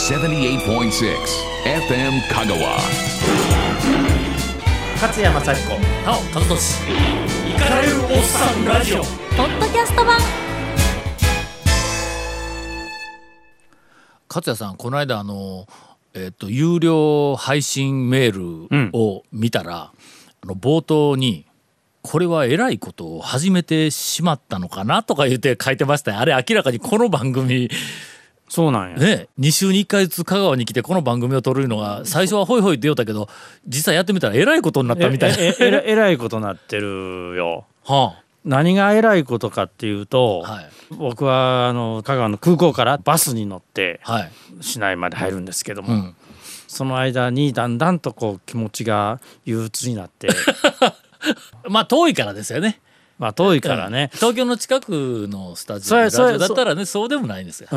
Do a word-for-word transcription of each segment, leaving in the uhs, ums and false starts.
セブンティエイトポイントシックス エフエム 香川。 勝山幸子、 なお和俊、 イカれるおっさんラジオポッドキャスト版。 勝谷さん、この間あの、えっと、有料配信メールを見たら、うん、あの冒頭にこれはえらいことを始めてしまったのかなとか言って書いてましたよ。あれ明らかにこの番組そうなんや、 ね、に週にいっかいずつ香川に来てこの番組を撮るのが最初はホイホイって言おったけど、実際やってみたらえらいことになったみたいな。 えええらえらいことになってるよ。 はあ、 何がえらいことかっていうと、 はい、 僕はあの香川の空港からバスに乗ってはい、 市内まで入るんですけども、 うん、 その間にだんだんとこう気持ちが憂鬱になってまあ遠いからですよね。 まあ遠いからね、 うん、東京の近くのスタジオラジオだったらね、そうでもないんですよ。 うん、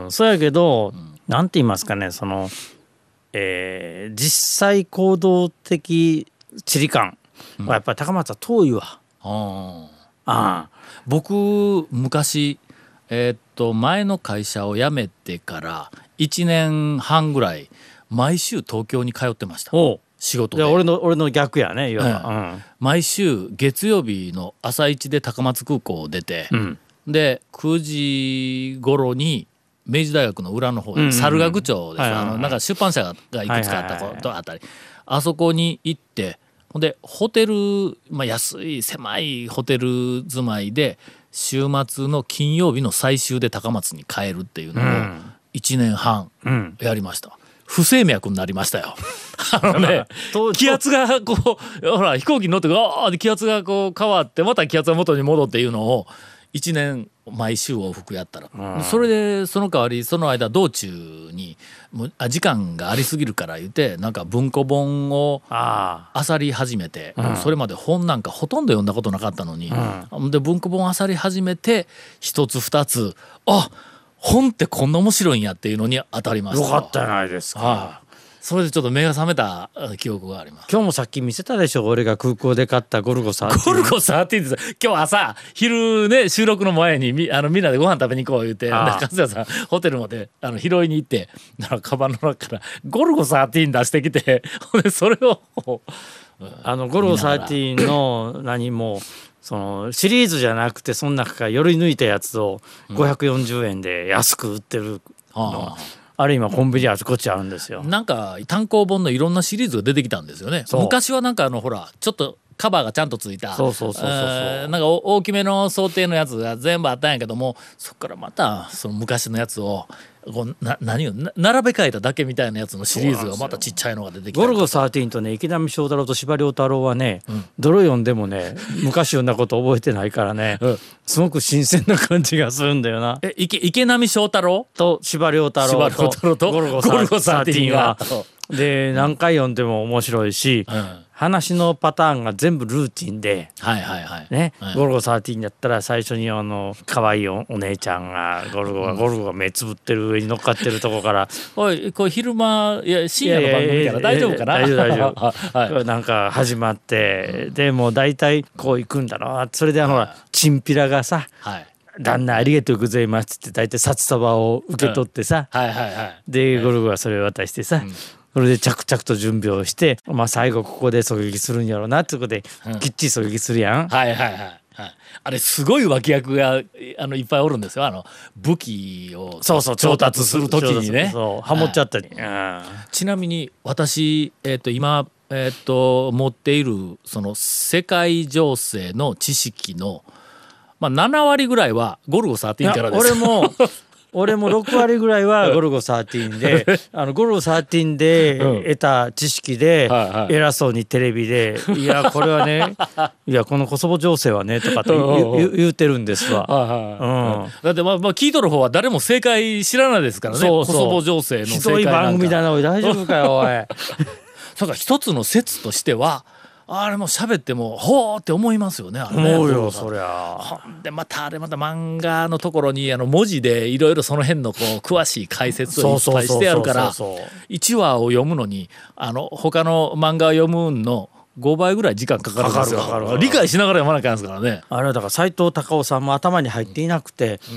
そうやけど、うん、なんて言いますかね、その、えー、実際行動的地理感はやっぱり高松は遠いわ。 うん、ああ僕昔、えー、っと前の会社を辞めてからいちねんはんぐらい毎週東京に通ってました。 お仕事で。 俺の俺の逆やね、いわば、 うんうん、毎週月曜日の朝一で高松空港を出て、うん、でくじ頃に明治大学の裏の方で、うんうん、猿楽町です、はいはいはい、あのなんか出版社がいくつかあったことあたり、はいはいはい、あそこに行って、ほんでホテル、まあ、安い狭いホテル住まいで週末の金曜日の最終で高松に帰るっていうのをいちねんはんやりました、うん、不整脈になりましたよ。あのね、気圧がこうほら飛行機に乗ってガーって気圧がこう変わってまた気圧が元に戻っていうのをいちねん毎週往復やったら、うん、それでその代わりその間道中にもうあ時間がありすぎるから言ってなんか文庫本を漁り始めて、うん、それまで本なんかほとんど読んだことなかったのに、うん、で文庫本を漁り始めて一つ二つあ本ってこんな面白いんやっていうのに当たりました。 よかったじゃないですか、はあ、それでちょっと目が覚めた記憶があります。 今日もさっき見せたでしょ、俺が空港で買ったゴルゴじゅうさん。 ゴルゴじゅうさんです今日朝昼ね収録の前に み, あのみんなでご飯食べに行こう言って勝谷さんホテルまであの拾いに行ってカバンの中からゴルゴじゅうさん出してきてそれを、 うん、あのゴルゴじゅうさんの何もそのシリーズじゃなくてその中からより抜いたやつをごひゃくよんじゅうえんで安く売ってるの、うん、あれ今コンビニあちこちあるんですよ。 なんか単行本のいろんなシリーズが出てきたんですよね。昔はなんかあのほらちょっとカバーがちゃんとついたそうそうそうそうそうなんか大きめの想定のやつが全部あったんやけども、そっからまたその昔のやつをこうな何をな並べ替えただけみたいなやつのシリーズがまたちっちゃいのが出てきた。 ゴルゴじゅうさんとね池波正太郎と司馬遼太郎はね、うん、どれ読んでもね昔読んだこと覚えてないからね、うん、すごく新鮮な感じがするんだよな。 え 池, 池波正太郎と司馬遼太郎 と, とゴルゴじゅうさんはで何回読んでも面白いし、うん、話のパターンが全部ルーティンで、 はいはいはいねはい、 ゴルゴじゅうさんだったら最初にあの可愛い お, お姉ちゃんがゴルゴが、うん、ゴルゴが目つぶってる上に乗っかってるとこからおいこれ昼間いや深夜の番組から大丈夫かな。 大丈夫大丈夫、はい、なんか始まって、うん、でもう大体こう行くんだろう。それであの、はい、チンピラがさ、はい旦那ありがとうございますって大体札束を受け取ってさ、 うんはいはいはい、 でゴルゴがそれを渡してさ、うんそれで着々と準備をして、まあ、最後ここで狙撃するんやろうなってことで、うん、きっちり狙撃するやん、 はいはいはい、はい、あれすごい脇役があのいっぱいおるんですよ。あの武器をそうそう調達する時にねそうハモっちゃったり、 はい、ちなみに私、えー、と今、えー、と持っているその世界情勢の知識の、まあ、ななわりぐらいはゴルゴじゅうさんからです。 俺も俺もろくわりぐらいはゴルゴじゅうさんであのゴルゴじゅうさんで得た知識で偉そうにテレビでいやこれはねいやこのコソボ情勢はねとかって言う、言うてるんですわ、 うん、だってまあまあ聞いとる方は誰も正解知らないですからね。そうそうコソボ情勢の正解なんかひどい番組だなおい大丈夫かよおいそうか一つの説としてはあれも喋ってもほーって思いますよね。あれね思うよそりゃ。 ほんでまたあれまた漫画のところにあの文字でいろいろその辺のこう詳しい解説をいっぱいしてあるからいちわを読むのにあの他の漫画を読むのごばいぐらい時間かかるんですよ。かかるかかる理解しながら読まなきゃいけないですからね。 あれはだから斎藤隆夫さんも頭に入っていなくて、うんうん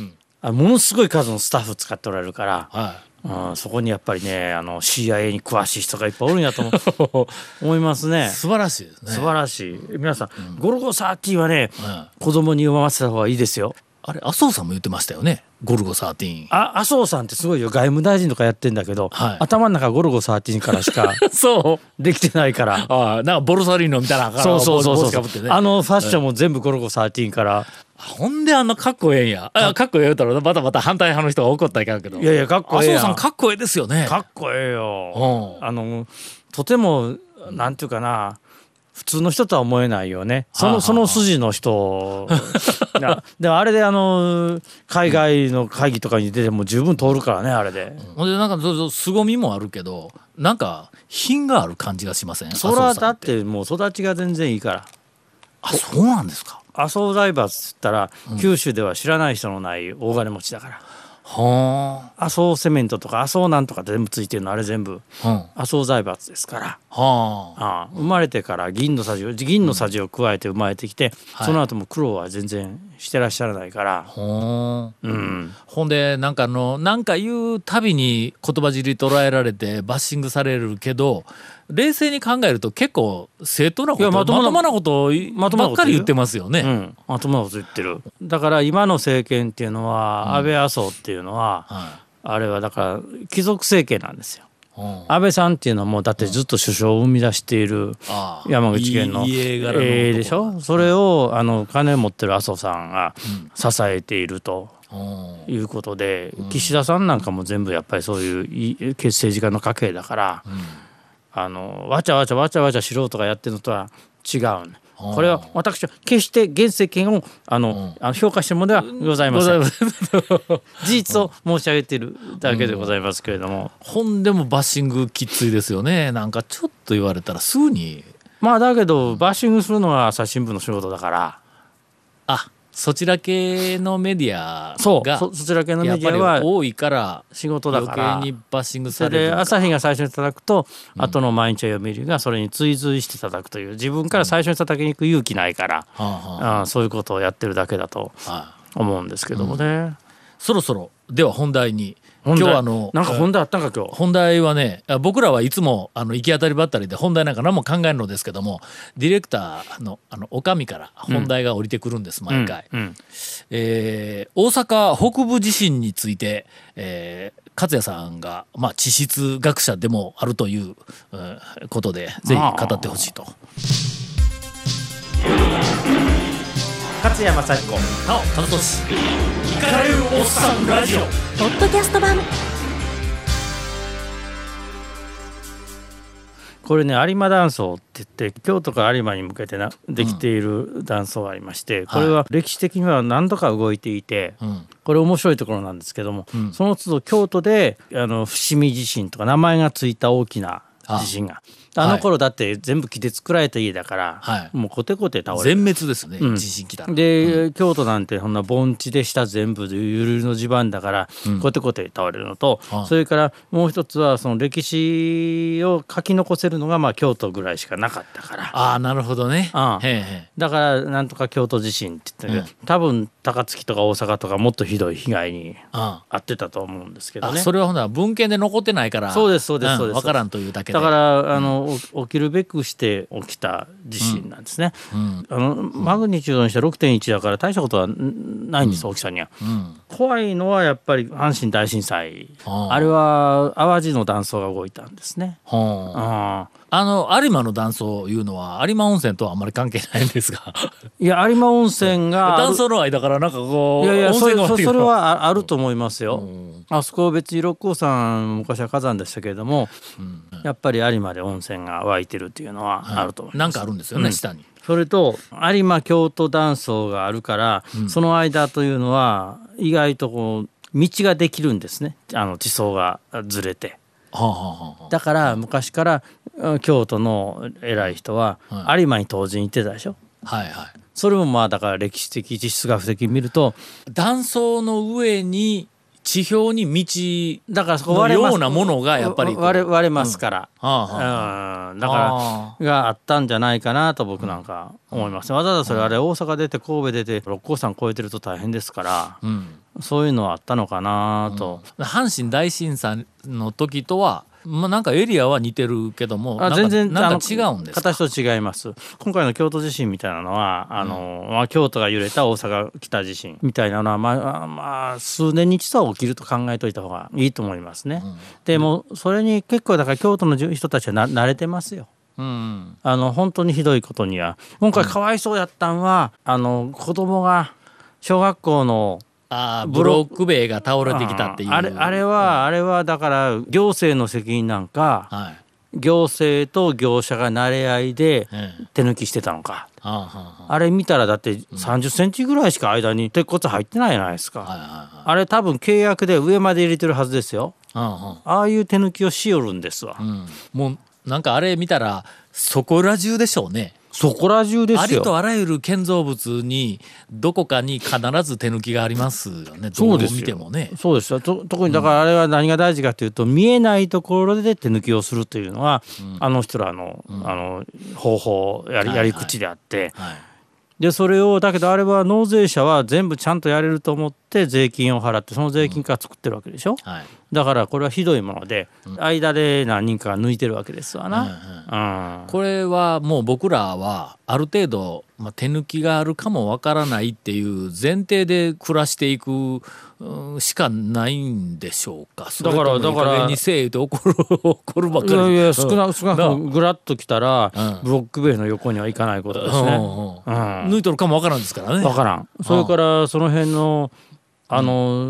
あものすごい数のスタッフ使っておられるから、 はい、 うん、そこにやっぱりねあの シーアイエー に詳しい人がいっぱいおるんやと思思いますね。 素晴らしいですね。 素晴らしい。皆さん、うん、ゴルゴじゅうさんはね、 うん、 子供に読ませた方がいいですよ。 あれ麻生さんも言ってましたよね、ゴルゴじゅうさん。 あ麻生さんってすごいよ、外務大臣とかやってんだけど、はい、頭の中ゴルゴじゅうさんからしかそうできてないから。 あなんかボルサリーノみたいな、 そうそうそうそう、 ね、 あのファッションも全部ゴルゴじゅうさんから、 ほんであんなかっこええんや。あかっこええ言うたらまたまた反対派の人が怒ったらいかんけど、 いやいやかっこええやん。 麻生さんかっこええですよね。 かっこええよ、うん、あのとてもなんていうかな、普通の人とは思えないよね。そのその筋の人でもあれであの海外の会議とかに出ても十分通るからね、あれで。 ほんでなんか凄みもあるけど、なんか品がある感じがしません？ それはだってもう育ちが全然いいから。 あ、そうなんですか。 麻生財閥っつったら、うん、九州では知らない人のない大金持ちだから。 はあ、 麻生セメントとか麻生なんとか全部ついてるのあれ全部、うん、麻生財閥ですから。はあ、ああ生まれてから銀のさじを銀のさじを加えて生まれてきて、うん、その後も苦労は全然してらっしゃらないから、 はい、うん、ほんでなんかあのなんか言うたびに言葉尻捉えられてバッシングされるけど、冷静に考えると結構正当なこと、まともなことばっかり言ってますよね。うん、 まともなこと言ってる。だから今の政権っていうのは、うん、安倍麻生っていうのは、はい、あれはだから貴族政権なんですよ。うん、安倍さんっていうのはもうだってずっと首相を生み出している山口県の家柄のえでしょ。それをあの金持ってる麻生さんが支えていると。うん、いうことで、うん、岸田さんなんかも全部やっぱりそういう政治家の家系だから、うん、あのわちゃわちゃわちゃわちゃ素人がやってるのとは違う、ね、これは私は決して現政権をあの、うん、あの評価してるものではございません。事実を申し上げているだけでございますけれども、 うん、ほんでもバッシングきついですよね。なんかちょっと言われたらすぐに。 まあだけどバッシングするのは朝日新聞の仕事だから。 あ、そちら系のメディアがそうそ、そちら系のメディアは多いから仕事だから余計にバッシングされる。 それで朝日が最初に叩くと、うん、後の毎日読売がそれに追随して叩くという、自分から最初に叩きに行く勇気ないから、うん、あそういうことをやってるだけだと思うんですけどもね、うん、 そろそろでは本題に。今日はあのなんか本題あったんか今日。 本題はね、僕らはいつもあの行き当たりばったりで本題なんか何も考えるのですけども、ディレクターのあの女将から本題が降りてくるんです、うん、毎回、うんうん、えー、大阪北部地震について、えー、勝谷さんが、まあ、地質学者でもあるという、うん、ことでぜひ語ってほしいと。 勝谷正彦、 なお田中俊イカれるおっさんラジオポッドキャスト版。 これね有馬断層って言って京都から有馬に向けてなできている断層がありまして、これは歴史的には何度か動いていて、これ面白いところなんですけども、その都度京都であの伏見地震とか名前がついた大きな地震が、あの頃だって全部木で作られた家だから、はい、もうコテコテ倒れる、 全滅ですね、うん、地震来たらで、うん、京都なんてそんな盆地で下全部ゆるゆるの地盤だから、うん、コテコテ倒れるのと、うん、それからもう一つはその歴史を書き残せるのがまあ京都ぐらいしかなかったから。 ああなるほどね、 うん、へーへーだからなんとか京都地震って言ったけど、うん、多分高槻とか大阪とかもっとひどい被害に遭ってたと思うんですけどね。 あそれはほな文献で残ってないから。 そうですそうですそうです、 分からんというだけで。 だからあの、うん、起きるべくして起きた地震なんですね、うんうん、あのマグニチュードにして ろくてんいち だから大したことはないんです、うん、大きさには、うん、怖いのはやっぱり阪神大震災、うん、あれは淡路の断層が動いたんですね、うん、 あの有馬の断層いうのは有馬温泉とはあんまり関係ないんですがいや有馬温泉が断層の間からなんかこういやいやそれ、それはあると思いますよ、うん、あそこ別に六甲山昔は火山でしたけれども、うん、やっぱり有馬で温泉が湧いてるっていうのはあると思います、 なんかあるんですよね、うん、下に。 それと有馬京都断層があるから、うん、その間というのは意外とこう道ができるんですね、あの地層がずれて、はあはあ、だから昔から京都の偉い人は有馬に当時に行ってたでしょ、はいはい、それもまあだから歴史的地質学的に見ると断層の上に地表に道だからそこのようなものがやっぱり割れ、割れますから、うんはあはあ、うん、だからがあったんじゃないかなと僕なんか思います、うん、わざわざそれあれ大阪出て神戸出て六甲山越えてると大変ですから、うん、 そういうのはあったのかなと、 うん、阪神大震災の時とはまあ、なんかエリアは似てるけどもあ全然なんか違うんですか。 形と違います。今回の京都地震みたいなのはあの、うんまあ、京都が揺れた大阪北地震みたいなのは、まあまあ、数年に一度は起きると考えといた方がいいと思いますね、うん、でもそれに結構だから京都の人たちはな慣れてますよ、うん、あの本当にひどいことには。今回かわいそうやったんは、うん、あの子供が小学校のあブロック塀が倒れてきたっていうあれ、あれはあれはだから行政の責任なんか、はい、行政と業者が慣れ合いで手抜きしてたのか、うん、あれ見たらだってさんじゅっセンチぐらいしか間に鉄骨入ってないじゃないですか、はいはいはい、あれ多分契約で上まで入れてるはずですよ、うんうん、ああいう手抜きをしよるんですわ、うん、 もうなんかあれ見たらそこら中でしょうね。 そこら中ですよ。 ありとあらゆる建造物にどこかに必ず手抜きがありますよね。どう見てもね。 そうですよ。と特にだからあれは何が大事かというと、うん、見えないところで手抜きをするというのは、うん、あの人らの、うん、あの方法やり、やり口であって、はいはい、でそれをだけどあれは納税者は全部ちゃんとやれると思って税金を払ってその税金から作ってるわけでしょ、うんはい、だからこれはひどいもので、うん、間で何人かが抜いてるわけですわな、うんうんうん、これはもう僕らはある程度、まあ、手抜きがあるかもわからないっていう前提で暮らしていく、うん、しかないんでしょうか。それともいい加減にせえと怒る怒るばっかり。いやいや少な少なくともグラッときたら、うん、ブロック塀の横にはいかないことですね、うんうんうん、抜いとるかもわからんですからね。 わからん。それからその辺のあの、うん、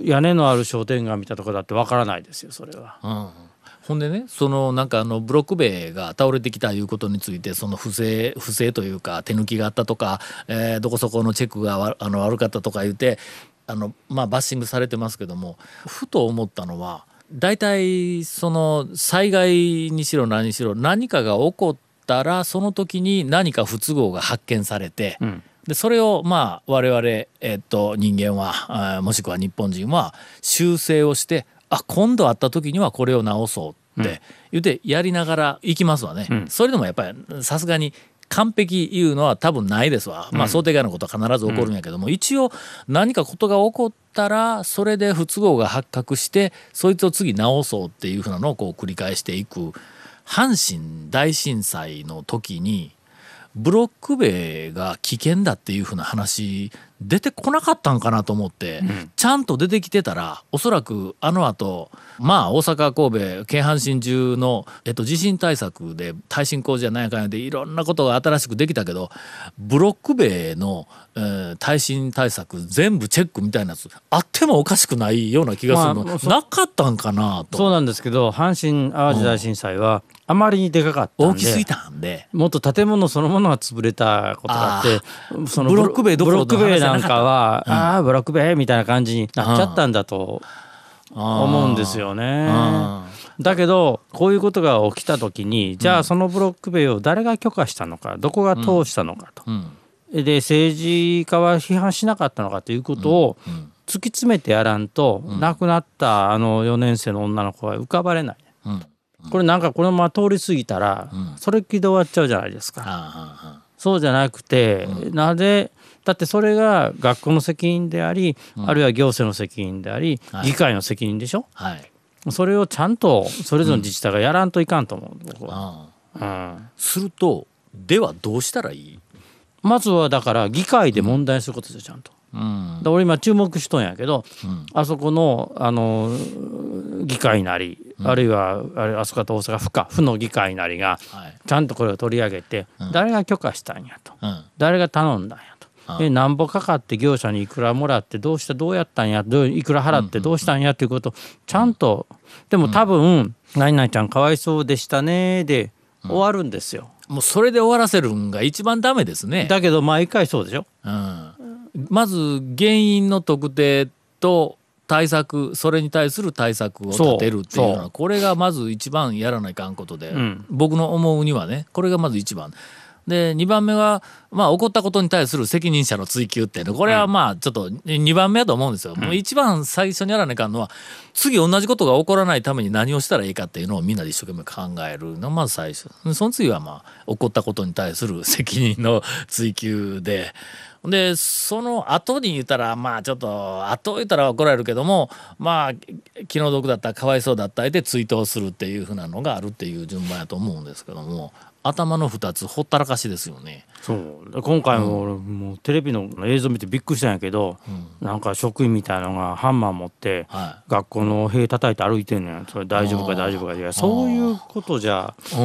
屋根のある商店街見たところだってわからないですよそれは、うん、 ほんでねそのなんかあのブロック塀が倒れてきたいうことについてその不正不正というか手抜きがあったとか、えー、どこそこのチェックがあの悪かったとか言ってあの、まあ、バッシングされてますけども、ふと思ったのは大体その災害にしろ何にしろ何かが起こったらその時に何か不都合が発見されて、うんでそれをまあ我々、えー、っと人間はもしくは日本人は修正をしてあ今度会った時にはこれを直そうって言ってやりながら行きますわね、うん、それでもやっぱりさすがに完璧いうのは多分ないですわ、まあ、想定外のことは必ず起こるんやけども、うん、一応何かことが起こったらそれで不都合が発覚してそいつを次直そうっていうふうなのをこう繰り返していく。阪神大震災の時にブロック塀が危険だっていう風な話出てこなかったんかなと思って、うん、ちゃんと出てきてたらおそらくあの後まあ大阪神戸京阪神中の、えっと、地震対策で耐震工事じゃないかんでいろんなことが新しくできたけどブロック塀の、えー、耐震対策全部チェックみたいなやつあってもおかしくないような気がするの、まあ、なかったんかなと。 そうなんですけど阪神淡路大震災は、うんあまりにでかかったんで大きすぎたんでもっと建物そのものが潰れたことがあってそのブロック塀どころの話じゃなかった。 ブロック塀なんかは、うん、ああブロック塀みたいな感じになっちゃったんだと思うんですよね。だけどこういうことが起きた時にじゃあそのブロック塀を誰が許可したのかどこが通したのかと、うんうん、で政治家は批判しなかったのかということを突き詰めてやらんと、うん、亡くなったあのよねん生の女の子は浮かばれない、うんこれなんかこのまま通り過ぎたら、うん、それっきりで終わっちゃうじゃないですか、はあはあ、そうじゃなくて、うん、なぜだってそれが学校の責任であり、うん、あるいは行政の責任であり、はい、議会の責任でしょ、はい、それをちゃんとそれぞれの自治体がやらんといかんと思う、うん、僕は、 うん、するとではどうしたらいい？ まずはだから議会で問題することですよちゃんと、うん、俺今注目しとんやけど、うん、あそこの、あの議会なり、うん、あるいはあれあそこと大阪府か府の議会なりがちゃんとこれを取り上げて、はい、誰が許可したんやと、うん、誰が頼んだんやと、うん、なんぼかかって業者にいくらもらってどうしたどうやったんやどういくら払ってどうしたんやということをちゃんと、うん、でも多分「何々ちゃんかわいそうでしたね」で終わるんですよ、 うん、もうそれで終わらせるんが一番ダメですね。 だけど毎回そうでしょ、うん、 まず原因の特定と対策それに対する対策を立てるっていうのはこれがまず一番やらないかんことで、うん、僕の思うにはねこれがまず一番でにばんめは、まあ、起こったことに対する責任者の追及っていうのこれはまあちょっとにばんめだと思うんですよ。うん、もう一番最初にやらないかんのは次同じことが起こらないために何をしたらいいかっていうのをみんなで一生懸命考えるのがまず最初。その次はまあ起こったことに対する責任の追及で。でその後に言ったらまあちょっと後言ったら怒られるけどもまあ気の毒だったかわいそうだったで追悼するっていうふうなのがあるっていう順番やと思うんですけども頭のふたつほったらかしですよね。 そう今回も俺もうテレビの映像見てびっくりしたんやけど、うん、なんか職員みたいなのがハンマー持って、はい、学校の塀叩いて歩いてんねん。それ大丈夫か大丈夫かいやそういうことじゃ、うん、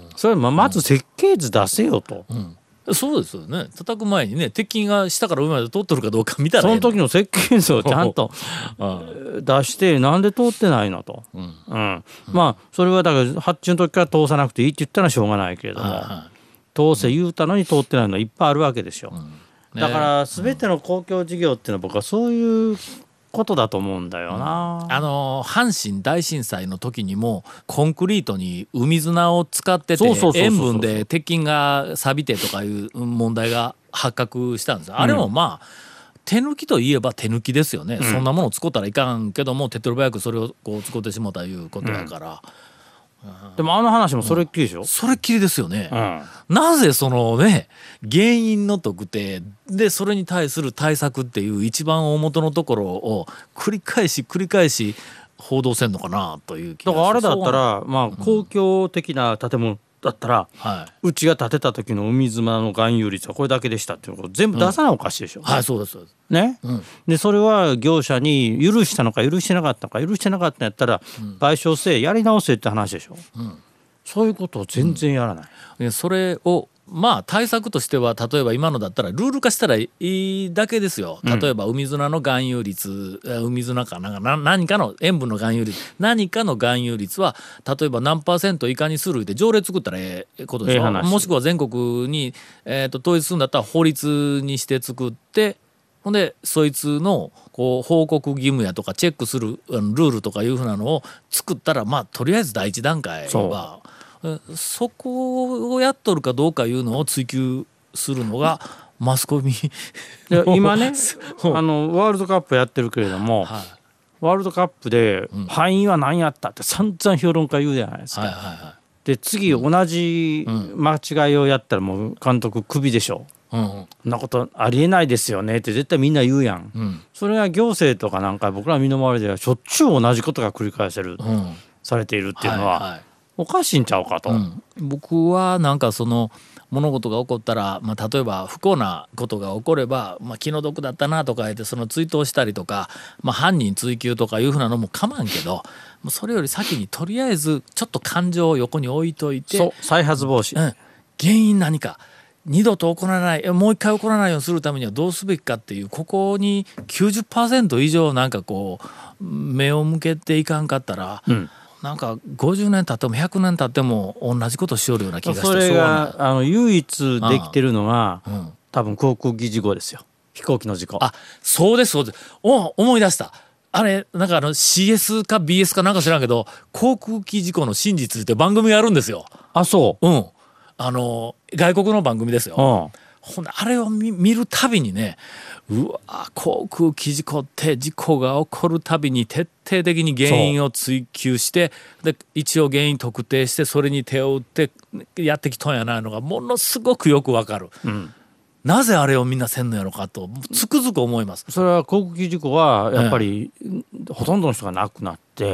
それまず設計図出せよと。うんそうですよね。叩く前にね鉄筋が下から上まで通ってるかどうか見たらその時の設計図をちゃんと出してなんで通ってないのと、うんうん、まあそれはだから発注の時から通さなくていいって言ったらしょうがないけれども、通せ言うたのに通ってないのいっぱいあるわけでしょ、うんね、だから全ての公共事業っていうのは僕はそういうことだと思うんだよな、 うん、あの阪神大震災の時にもコンクリートに海砂を使ってて塩分で鉄筋が錆びてとかいう問題が発覚したんです。あれもまあ、うん、手抜きといえば手抜きですよね、うん、そんなものを使ったらいかんけども手っ取り早くそれをこう使ってしもたいうことやから、うんうん、でもあの話もそれっきりでしょ、うん、 それっきりですよね、うん、なぜそのね原因の特定でそれに対する対策っていう一番大元のところを繰り返し繰り返し報道せんのかなという気がだからあれだったらまあ公共的な建物だったら、はい、うちが建てた時の海砂の含有率はこれだけでしたっていうのを全部出さないおかしいでしょ、 うん、はいそうですそうですね、うん、でそれは業者に許したのか許してなかったのか許してなかったんやったら賠償せやり直せって話でしょ、うん、そういうことを全然やらない、 うん、それをまあ対策としては例えば今のだったらルール化したらいいだけですよ。例えば海砂の含有率、うん、海砂かなんか何かの塩分の含有率何かの含有率は例えば何パーセント以下にするって条例作ったらええことでしょ、ええ、もしくは全国に、えー、と統一するんだったら法律にして作ってほんでそいつのこう報告義務やとかチェックするルールとかいうふうなのを作ったらまあとりあえず第一段階はそこをやっとるかどうかいうのを追求するのがマスコミ今ねあのワールドカップやってるけれども、はい、ワールドカップで敗因は何やったって散々評論家言うじゃないですか、はいはいはい、で次同じ間違いをやったらもう監督クビでしょ、うんうん、そんなことありえないですよねって絶対みんな言うやん、うん、それは行政とかなんか僕ら身の回りではしょっちゅう同じことが繰り返せる、うん、されているっていうのは、はいはいおかしいんちゃうかと、うん、 僕はなんかその物事が起こったら、まあ、例えば不幸なことが起これば、まあ、気の毒だったなとか言ってその追悼したりとか、まあ、犯人追及とかいうふうなのも構わんけどそれより先にとりあえずちょっと感情を横に置いといてそう再発防止、うん、 原因何か二度と起こらないもう一回起こらないようにするためにはどうすべきかっていうここに きゅうじゅっパーセント 以上なんかこう目を向けていかんかったら、うんなんかごじゅうねん経ってもひゃくねん経っても同じことしよるような気がしてそれがあの唯一できてるのが、うん、多分航空機事故ですよ飛行機の事故あそうですそうですお思い出したあれなんかあの シーエス か ビーエス かなんか知らんけど航空機事故の真実って番組があるんですよあそううんあの外国の番組ですよ、うんほんであれを 見, 見るたびにねうわ航空機事故って事故が起こるたびに徹底的に原因を追求してで一応原因特定してそれに手を打ってやってきとんやないのがものすごくよくわかる、うん、なぜあれをみんなせんのやろかとつくづく思います。 それは航空機事故はやっぱり、ええ、ほとんどの人が亡くなって、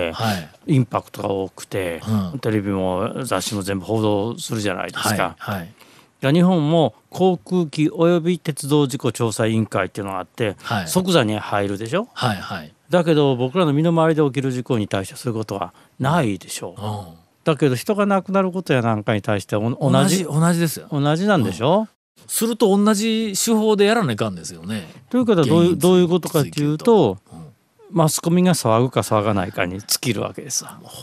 はい、インパクトが多くて、うん、テレビも雑誌も全部報道するじゃないですか、はいはい日本も航空機および鉄道事故調査委員会っていうのがあって、はい、即座に入るでしょ、はいはい、だけど僕らの身の回りで起きる事故に対してそういうことはないでしょう、うん、だけど人が亡くなることやなんかに対して同じ同じですよ同じなんでしょ、うん、 すると同じ手法でやらないかんですよね。 ということはどういう、どういうことかっていうと、うん、マスコミが騒ぐか騒がないかに尽きるわけです。 ほん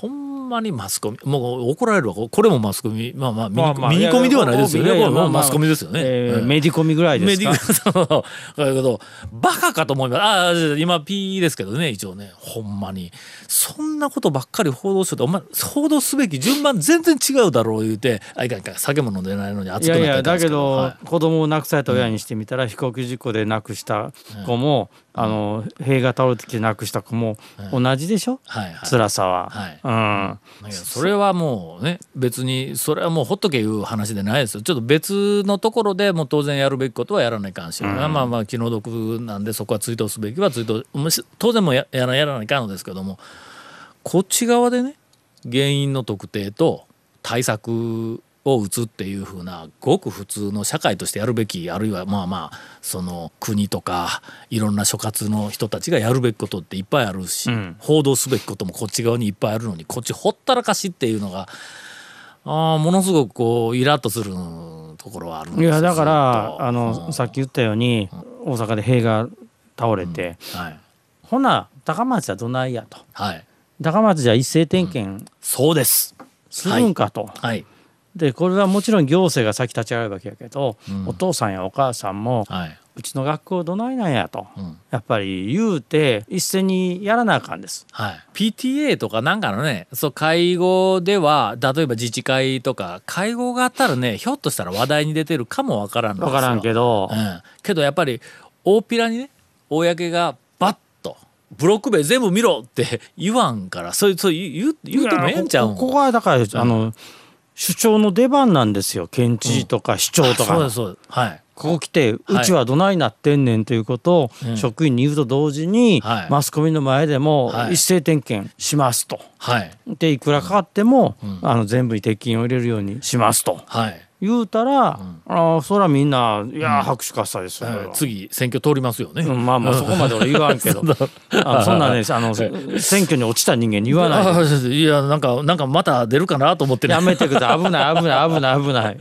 んまにマスコミもう怒られるわこれもマスコミまあまあミニ,、まあまあ、ミニコミではないですよね。これもマスコミですよね、 えーうん、メディコミぐらいですか。 メディそうだけどバカかと思います。ああ今 P ですけどね一応ねほんまにそんなことばっかり報道しててお前報道すべき順番全然違うだろう言うてあいかんいかん酒も飲んでないのに熱くなってたんですけど。いやいやだけど、 はい、子供を亡くされた親にしてみたら、うん、飛行機事故で亡くした子も、うん、あの塀が倒れてきて亡くした子も同じでしょ、はいはい、辛さは、はいうん、それはもうね別にそれはもうほっとけいう話でないですよ。ちょっと別のところでもう当然やるべきことはやらないかんし、うん、まあまあ気の毒なんでそこは追悼すべきは追悼当然もややらやらないかんのですけどもこっち側でね原因の特定と対策を打つっていう風なごく普通の社会としてやるべきあるいはまあまあその国とかいろんな所轄の人たちがやるべきことっていっぱいあるし、うん、報道すべきこともこっち側にいっぱいあるのにこっちほったらかしっていうのがあものすごくこうイラッとするところはあるんですよ。 いやだからあの、うん、さっき言ったように、うん、大阪で塀が倒れて、うんはい、ほな高松はどないやと、はい、高松じゃ一斉点検、うん、 そうですするんかと、はいはい、でこれはもちろん行政が先立ち上がるわけやけど、うん、お父さんやお母さんも、はい、うちの学校どないなんやと、うん、やっぱり言うて一斉にやらなあかんです、 はい、ピーティーエー とかなんかのねそう介護では例えば自治会とか介護があったらねひょっとしたら話題に出てるかもわからんのですよ。 わからんけど、 うん、けどやっぱり大っぴらにね公がバッとブロック塀全部見ろって言わんからそうそう言う言うてもええんちゃうん。 ここはだから、うん、あの首長の出番なんですよ。県知事とか市長とか、 うん、そうですそうです、はい、 ここ来てうちはどないなってんねんということを職員に言うと同時に、はい、マスコミの前でも一斉点検しますと、はい、でいくらかかっても、うん、あの全部に鉄筋を入れるようにしますと、はい、言うたら、うん、あそらみんないや、うん、拍手喝采ですよ、 えー、次選挙通りますよね、 うん、まあまあそこまで俺言わんけどあそんなねあの選挙に落ちた人間に言わないでいやなんかなんかまた出るかなと思って、ね、 やめてください危ない危ない危ない危ない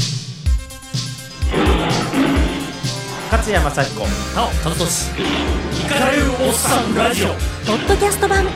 勝山幸子なお田中俊イカれるおっさんラジオポッドキャスト版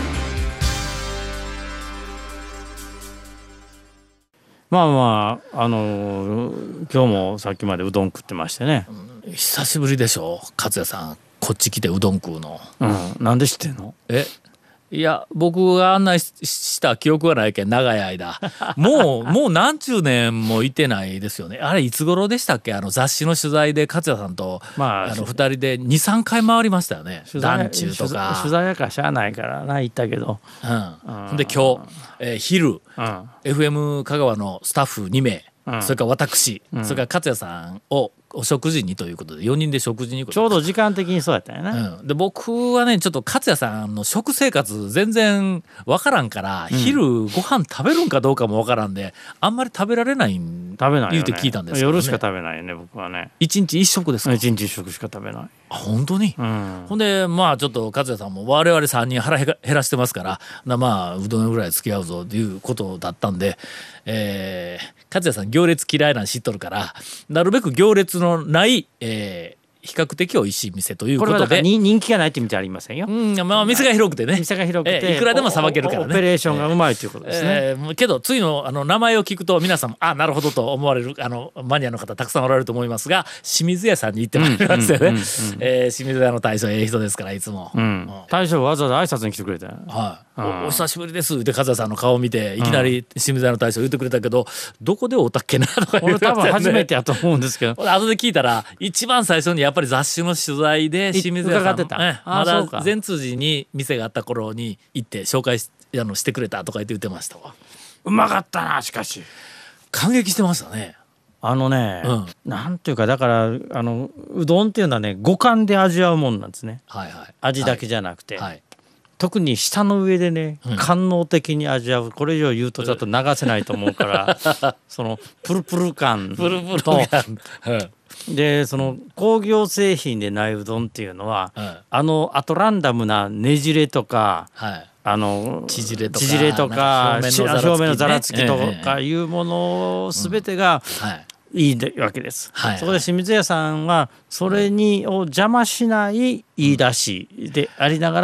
まあまああのー、今日もさっきまでうどん食ってましてね、 うん、久しぶりでしょ勝也さんこっち来てうどん食うの、 うん、なんで知ってんの？ えいや僕が案内した記憶がないけん長い間もうもう何十年もいてないですよね。あれいつ頃でしたっけあの雑誌の取材で勝也さんと、まあ、あのふたりで にさんかい回りましたよね。団中とか取材やからしゃあないからな行ったけど、 うんうん、で今日、えー、昼、うん、エフエム 香川のスタッフにめい、うん、それから私、うん、それから勝也さんをお食事にということでよにんで食事に行くことちょうど時間的にそうやったよね、 うん、で僕はねちょっと勝也さんの食生活全然分からんから、うん、昼ご飯食べるんかどうかも分からんであんまり食べられないん食べないよ、ね、 言うて聞いたんですけど、ね、 夜しか食べないよね僕はね。 一日一食ですか？ 一日一食しか食べない。 あ本当に、うん、ほんでまあちょっと勝也さんも我々さんにん腹減らしてますからまあうどんぐらい付き合うぞということだったんで、えー、勝也さん行列嫌いなん知っとるからなるべく行列のない、えー比較的美味しい店ということでこれはだから人気がないって意味じゃありませんよ、 うんまあ、店が広くてね店が広くて、 えー、いくらでもさばけるからねオペレーションがうまいということですね、 えー、けど次 の, あの名前を聞くと皆さんあなるほどと思われるあのマニアの方たくさんおられると思いますが清水屋さんに行ってまいりましたよね清水屋の大将ええ人ですからいつも、うんうん、 大将わざわざ挨拶に来てくれたよ、 はい、お, お久しぶりですって和也さんの顔を見ていきなり清水屋の大将言ってくれたけど、うん、どこで会うたっけなとか言ってましたよね。 俺多分初めてやと思うんですけど後で聞いたら一番最初にやっぱり雑誌の取材で清水屋さん伺ってた、 ね、まだ善通寺に店があった頃に行って紹介 し, あのしてくれたとか言って言ってましたわ。 うまかったな。しかし感激してましたね。 あのね、うん、なんていうかだからあのうどんっていうのはね五感で味わうもんなんですね、はいはい、味だけじゃなくて、はいはい、特に舌の上でね、うん、官能的に味わうこれ以上言うとちょっと流せないと思うからそのプルプル感とプルプル感、うん、でその工業製品でないうどんっていうのは、うん、あのアトランダムなねじれとか、はいあの縮れとか縮れとか表面のざらつきとかいうもの全てがいいわけです、はい、そこで清水屋さんはそれにを邪魔しない言い出しでありながら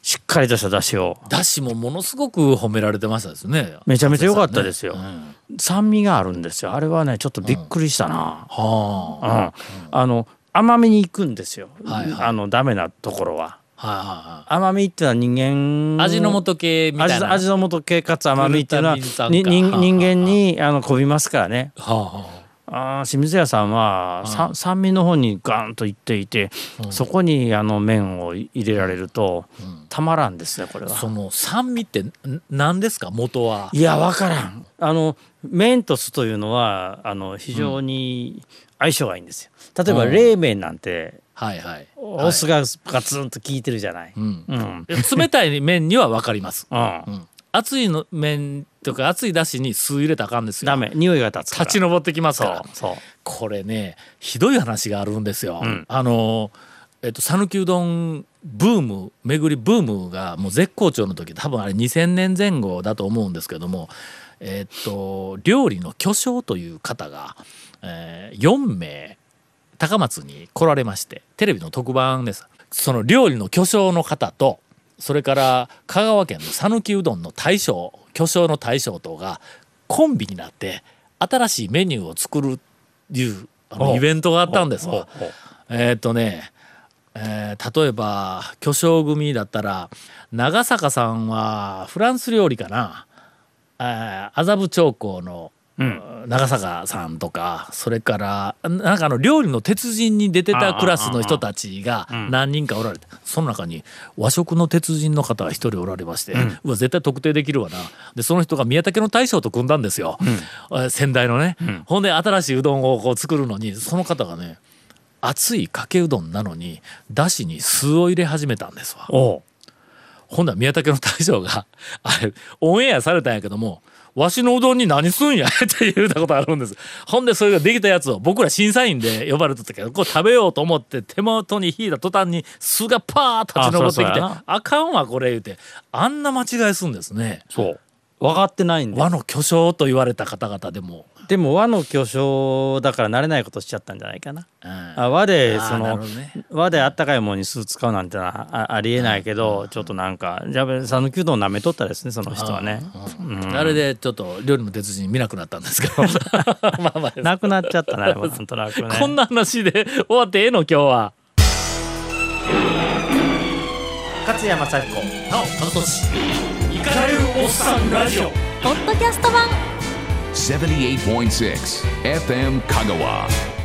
しっかりとした出汁を。 出汁もものすごく褒められてましたですね。 めちゃめちゃ良かったですよ、 ねうん、 酸味があるんですよ。あれはねちょっとびっくりしたな、うんはあうん、あの甘みに行くんですよ、 はいはい、 あのダメなところは。 はいはいはい、 甘みっていうのは人間味の素系みたいな味, 味の素系かつ甘みっていうのはグルタミン酸に人か人間にあのこびますからね。 はあはあ清水屋さんは、はあ、酸味の方にガーンといっていて、うん、そこにあの麺を入れられると、うん、たまらんですねこれは。 その酸味って何ですか元は。 いや分からん。あの麺と酢というのはあの非常に相性がいいんですよ。例えば冷麺なんて、 はいはい、 お酢がガツンと効いてるじゃない、うんうん、冷たい麺には分かります、 うんうん、 熱いの麺とか熱いだしに酢入れたらあかんですよ。 ダメ、匂いが立つから立ち上ってきますから。 そうそう、 これねひどい話があるんですよ、うん、あのえっと讃岐うどんブーム巡りブームがもう絶好調の時、多分あれにせんねんぜん後だと思うんですけども、えっと料理の巨匠という方が、えー、よんめい高松に来られまして、テレビの特番です。その料理の巨匠の方と、それから香川県の讃岐うどんの大将、巨匠の大将とがコンビになって新しいメニューを作るいうあのイベントがあったんですわ。えーっとね、えー、例えば巨匠組だったら長坂さんはフランス料理かな、麻布兆候のうん、長坂さんとか、それからなんかあの料理の鉄人に出てたクラスの人たちが何人かおられて、その中に和食の鉄人の方が一人おられまして、うん、うわ絶対特定できるわな。でその人が宮武の大将と組んだんですよ、うん、先代のね、うん、ほんで新しいうどんをこう作るのに、その方がね熱いかけうどんなのにだしに酢を入れ始めたんですわ。おほんなら宮武の大将があれオンエアされたんやけども、わしのうどんに何すんやって言ったことあるんです。ほんでそれができたやつを僕ら審査員で呼ばれてたけど、こう食べようと思って手元に引いた途端に酢がパーッ立ち上ってきて、 あ, あかんわこれ言うて、あんな間違いすんですね。 そう分かってないんで、 和の巨匠と言われた方々でもでも和の巨匠だから慣れないことしちゃったんじゃないかな、うん、あ和でその、ね、和であったかいものに酢使うなんてのは あ, ありえないけど、うん、ちょっとなんかじゃあ讃岐うどん舐めとったですねその人はね、 うんうん、あれでちょっと料理の鉄人見なくなったんですけどまあまあなくなっちゃったねなんとなくね。 こんな話で終わってええの今日は。 勝山幸子なお和俊イカれるおっさんラジオポッドキャスト版セブンティーエイトポイントシックス エフエム 香川。